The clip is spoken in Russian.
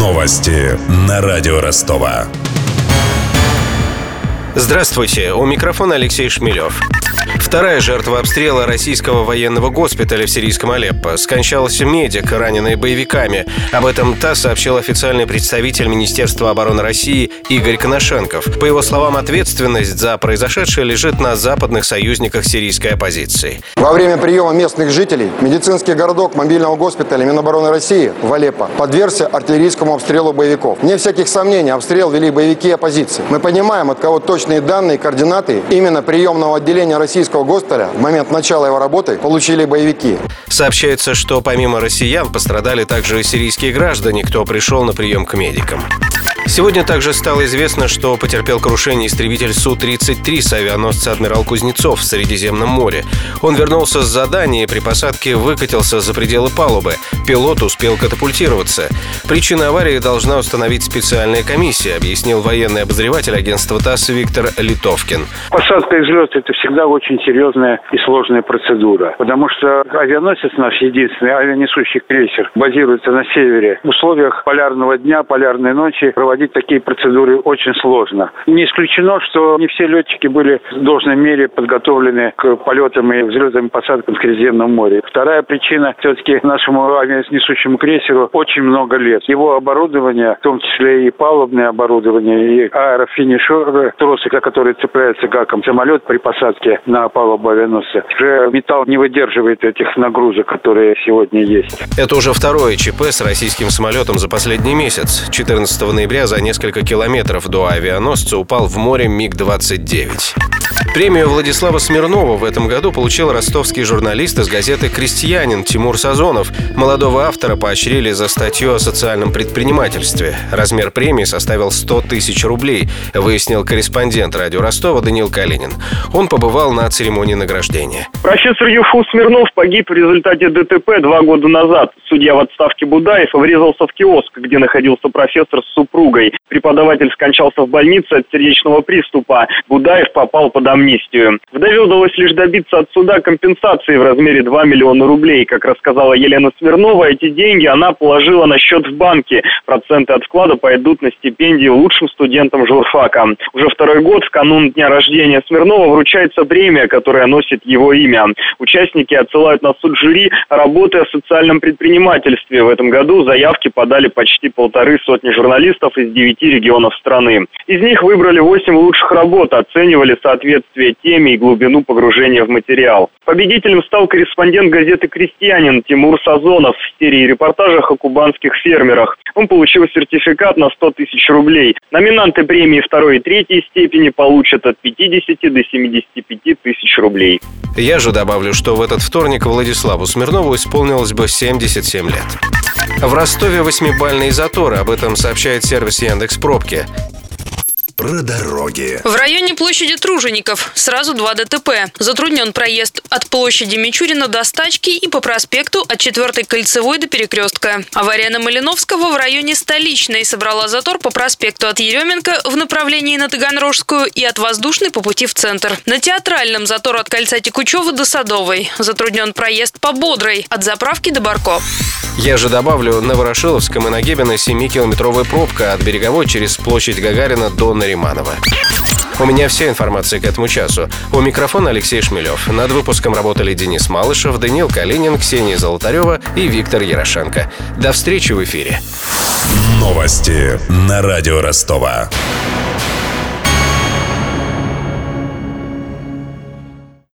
Новости на радио Ростова. Здравствуйте, у микрофона Алексей Шмелев. Вторая жертва обстрела российского военного госпиталя в сирийском Алеппо. Скончался медик, раненый боевиками. Об этом ТАСС сообщил официальный представитель Министерства обороны России Игорь Коношенков. По его словам, ответственность за произошедшее лежит на западных союзниках сирийской оппозиции. Во время приема местных жителей медицинский городок мобильного госпиталя Минобороны России в Алеппо подвергся артиллерийскому обстрелу боевиков. Вне всяких сомнений, обстрел вели боевики оппозиции. Мы понимаем, от кого точные данные и координаты именно приемного отделения российского госпиталя в момент начала его работы получили боевики. Сообщается, что помимо россиян пострадали также и сирийские граждане, кто пришел на прием к медикам. Сегодня также стало известно, что потерпел крушение истребитель Су-33 с авианосца «Адмирал Кузнецов» в Средиземном море. Он вернулся с задания и при посадке выкатился за пределы палубы. Пилот успел катапультироваться. Причину аварии должна установить специальная комиссия, объяснил военный обозреватель агентства ТАСС Виктор Литовкин. Посадка и взлет – это всегда очень серьезная и сложная процедура, потому что авианосец наш, единственный авианесущий крейсер, базируется на севере. В условиях полярного дня, полярной ночи проводить такие процедуры очень сложно. Не исключено, что не все летчики были в должной мере подготовлены к полетам и взлетам и посадкам в Средиземном море. Вторая причина – все-таки нашему авианесущему крейсеру очень много лет. Его оборудование, в том числе и палубное оборудование, и аэрофинишеры, тросы, которые цепляются гаком самолет при посадке на палубу авианосца, уже металл не выдерживает этих нагрузок, которые сегодня есть. Это уже второе ЧП с российским самолетом за последний месяц. 14 ноября за несколько километров до авианосца упал в море МиГ-29. Премию Владислава Смирнова в этом году получил ростовский журналист из газеты «Крестьянин» Тимур Сазонов. Молодого автора поощрили за статью о социальном предпринимательстве. Размер премии составил 100 тысяч рублей, выяснил корреспондент радио Ростова Даниил Калинин. Он побывал на церемонии награждения. Профессор ЮФУ Смирнов погиб в результате ДТП 2 года назад. Судья в отставке Будаев врезался в киоск, где находился профессор с супругой. Преподаватель скончался в больнице от сердечного приступа. Будаев попал под амнистию. Вдове удалось лишь добиться от суда компенсации в размере 2 миллиона рублей. Как рассказала Елена Смирнова, эти деньги она положила на счет в банке. Проценты от вклада пойдут на стипендии лучшим студентам журфака. Уже второй год, в канун дня рождения Смирнова, вручается премия, которая носит его имя. Участники отсылают на суд жюри работы о социальном предпринимательстве. В этом году заявки подали почти 150 журналистов из 9 регионов страны. Из них выбрали 8 лучших работ, оценивали соответствие теме и глубину погружения в материал. Победителем стал корреспондент газеты «Крестьянин» Тимур Сазонов в серии репортажей о кубанских фермерах. Он получил сертификат на 100 тысяч рублей. Номинанты премии 2 и 3 степени получат от 50 до 75 тысяч рублей. Я же добавлю, что в этот вторник Владиславу Смирнову исполнилось бы 77 лет. В Ростове 8-бальные заторы. Об этом сообщает сервис Яндекс.Пробки. Про дороги. В районе площади Тружеников сразу 2 ДТП. Затруднен проезд от площади Мичурина до Стачки и по проспекту от 4-й кольцевой до перекрестка. Авария на Малиновского в районе Столичной собрала затор по проспекту от Еременко в направлении на Таганрожскую и от Воздушной по пути в центр. На Театральном затор от кольца Текучева до Садовой. Затруднен проезд по Бодрой от заправки до Барко. Я же добавлю, на Ворошиловском и на Гебина 7-километровая пробка от Береговой через площадь Гагарина до Нариманова. У меня вся информация к этому часу. У микрофона Алексей Шмелев. Над выпуском работали Денис Малышев, Даниил Калинин, Ксения Золотарева и Виктор Ярошенко. До встречи в эфире. Новости на радио Ростова.